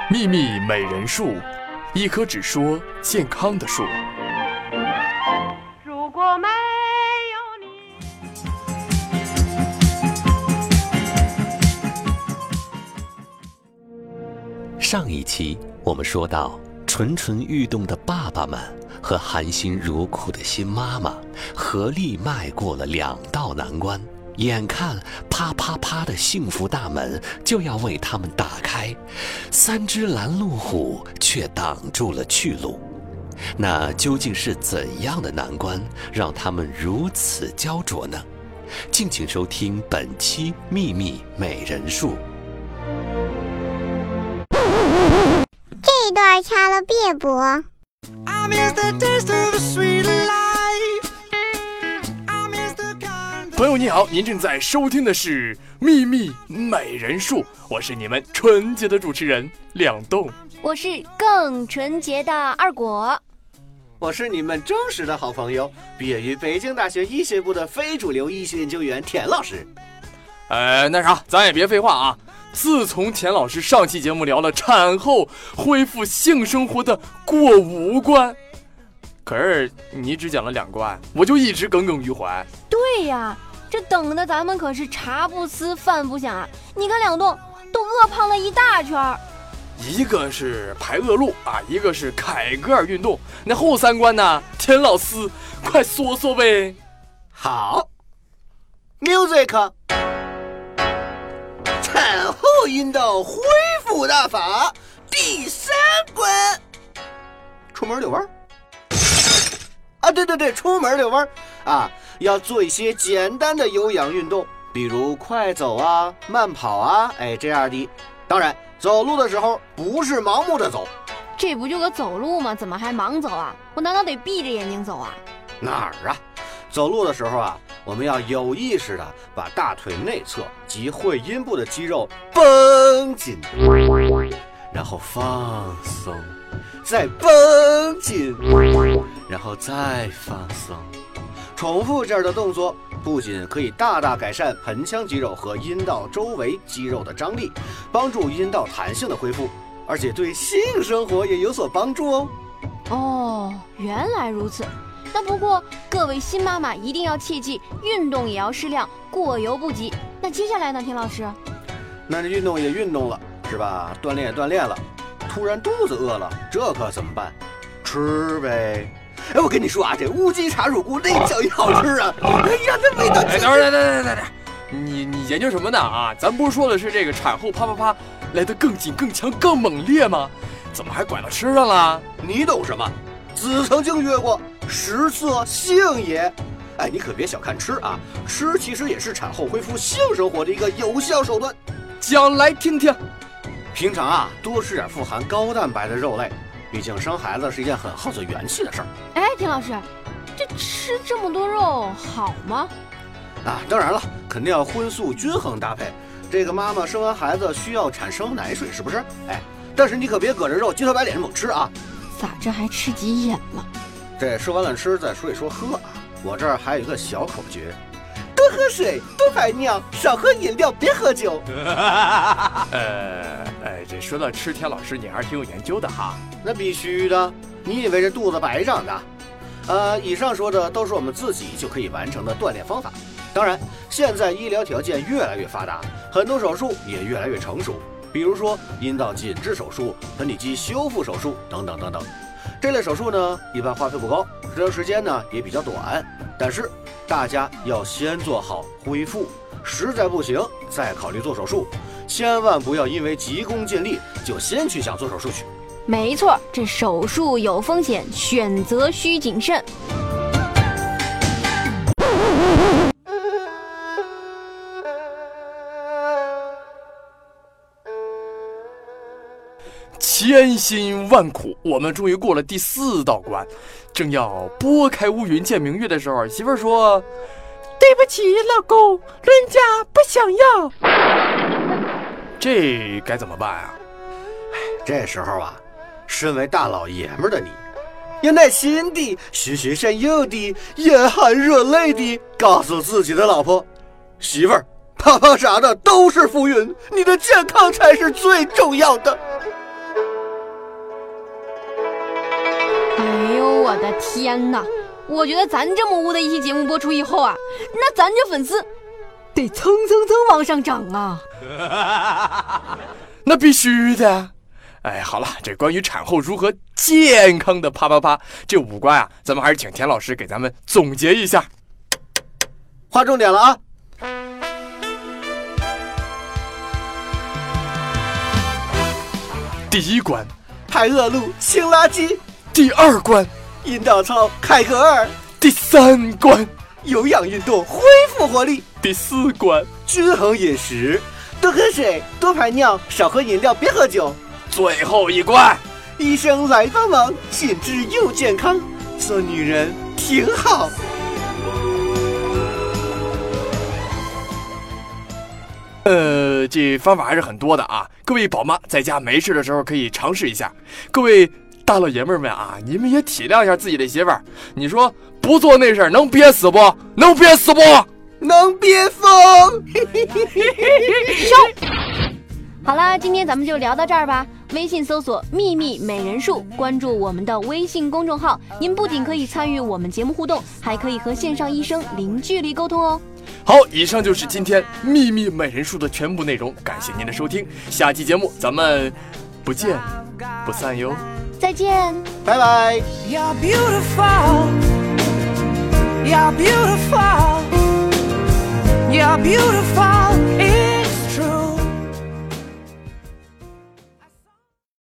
秘密美人树，一棵只说健康的树。 如果没有你。 上一期我们说到，蠢蠢欲动的爸爸们和含辛茹苦的新妈妈合力迈过了2道难关，眼看啪啪啪的幸福大门就要为他们打开，3只拦路虎却挡住了去路。那究竟是怎样的难关让他们如此焦灼呢？敬请收听本期秘密美人树。 这一段掐了别播。 朋友你好，您正在收听的是秘密美人树，我是你们纯洁的主持人亮栋， 我是更纯洁的二果， 我是你们忠实的好朋友，毕业于北京大学医学部的非主流医学研究员田老师。 那啥，咱也别废话啊。自从田老师上期节目聊了产后恢复性生活的过5关，可是你只讲了2关，我就一直耿耿于怀。 对呀，这等的咱们可是茶不思饭不想，你看两栋都饿胖了一大圈。 一个是排恶露啊，一个是凯格尔运动，那后3关呢？田老师快说说呗。 好 ，music。产后阴道恢复大法第3关，出门遛弯啊！对，出门遛弯啊！要做一些简单的有氧运动，比如快走啊、慢跑啊，这样的。当然，走路的时候不是盲目的走。 这不就个走路吗？怎么还盲走啊？我难道得闭着眼睛走啊？ 哪儿啊？走路的时候啊，我们要有意识的把大腿内侧及会阴部的肌肉绷紧，然后放松，再绷紧，然后再放松，重复这样的动作，不仅可以大大改善盆腔肌肉和阴道周围肌肉的张力，帮助阴道弹性的恢复，而且对性生活也有所帮助哦。 哦，原来如此。那不过各位新妈妈一定要切记，运动也要适量，过犹不及。那接下来呢，田老师？ 那这运动也运动了，是吧？锻炼也锻炼了，突然肚子饿了，这可怎么办？吃呗！我跟你说啊，这乌鸡茶乳菇那叫一好吃啊！哎呀，这味道！ 等会儿，你研究什么呢啊？咱不是说的是这个产后啪啪啪来得更紧、更强、更猛烈吗？怎么还拐到吃上了？ 你懂什么？子曾经曰过，食色性也。你可别小看吃啊，吃其实也是产后恢复性生活的一个有效手段。 讲来听听。 平常啊，多吃点富含高蛋白的肉类，毕竟生孩子是一件很耗损元气的事儿。 田老师，这吃这么多肉好吗？ 当然了，肯定要荤素均衡搭配。这个妈妈生完孩子需要产生奶水，是不是？但是你可别搁着肉鸡头白脸猛吃啊！ 咋这还吃急眼了？ 这说完了吃，再说一说喝啊。我这儿还有一个小口诀：多喝水，多排尿，少喝饮料，别喝酒。 这说到吃，田老师你还是挺有研究的哈。 那必须的，你以为这肚子白长的？以上说的都是我们自己就可以完成的锻炼方法。当然，现在医疗条件越来越发达，很多手术也越来越成熟，比如说阴道紧致手术、盆底肌修复手术等等等等。这类手术呢，一般花费不高，治疗时间呢也比较短，但是大家要先做好恢复，实在不行再考虑做手术，千万不要因为急功近利就先去想做手术去。 没错，这手术有风险，选择需谨慎。 千辛万苦，我们终于过了第4道关。正要拨开乌云见明月的时候，媳妇儿说：“对不起，老公，人家不想要。”这该怎么办啊？ 这时候啊，身为大老爷们的你，要耐心地、循循善诱地、眼含热泪地告诉自己的老婆：“媳妇儿，啪啪啥的都是浮云，你的健康才是最重要的。” 我的天哪！我觉得咱这么污的一期节目播出以后啊，那咱这粉丝得蹭往上涨啊！ 那必须的。哎，好了，这关于产后如何健康的啪啪啪这5关啊，咱们还是请田老师给咱们总结一下。 划重点了啊！ 第1关， 排恶露清垃圾； 第2关， 阴道操开合2； 第3关， 有氧运动恢复活力； 第4关， 均衡饮食，多喝水，多排尿，少喝饮料，别喝酒； 最后1关， 医生来帮忙，紧致又健康，做女人挺好。 这方法还是很多的啊，各位宝妈在家没事的时候可以尝试一下。各位大老爷们儿们啊，你们也体谅一下自己的媳妇儿，你说不做那事儿能憋死不？能憋死不？ 能憋疯！ 好啦，今天咱们就聊到这儿吧。微信搜索秘密美人术，关注我们的微信公众号，您不仅可以参与我们节目互动，还可以和线上医生零距离沟通哦。 好，以上就是今天秘密美人术的全部内容，感谢您的收听，下期节目咱们不见不散哟， 再见， 拜拜。 You're beautiful. You're beautiful. You're beautiful.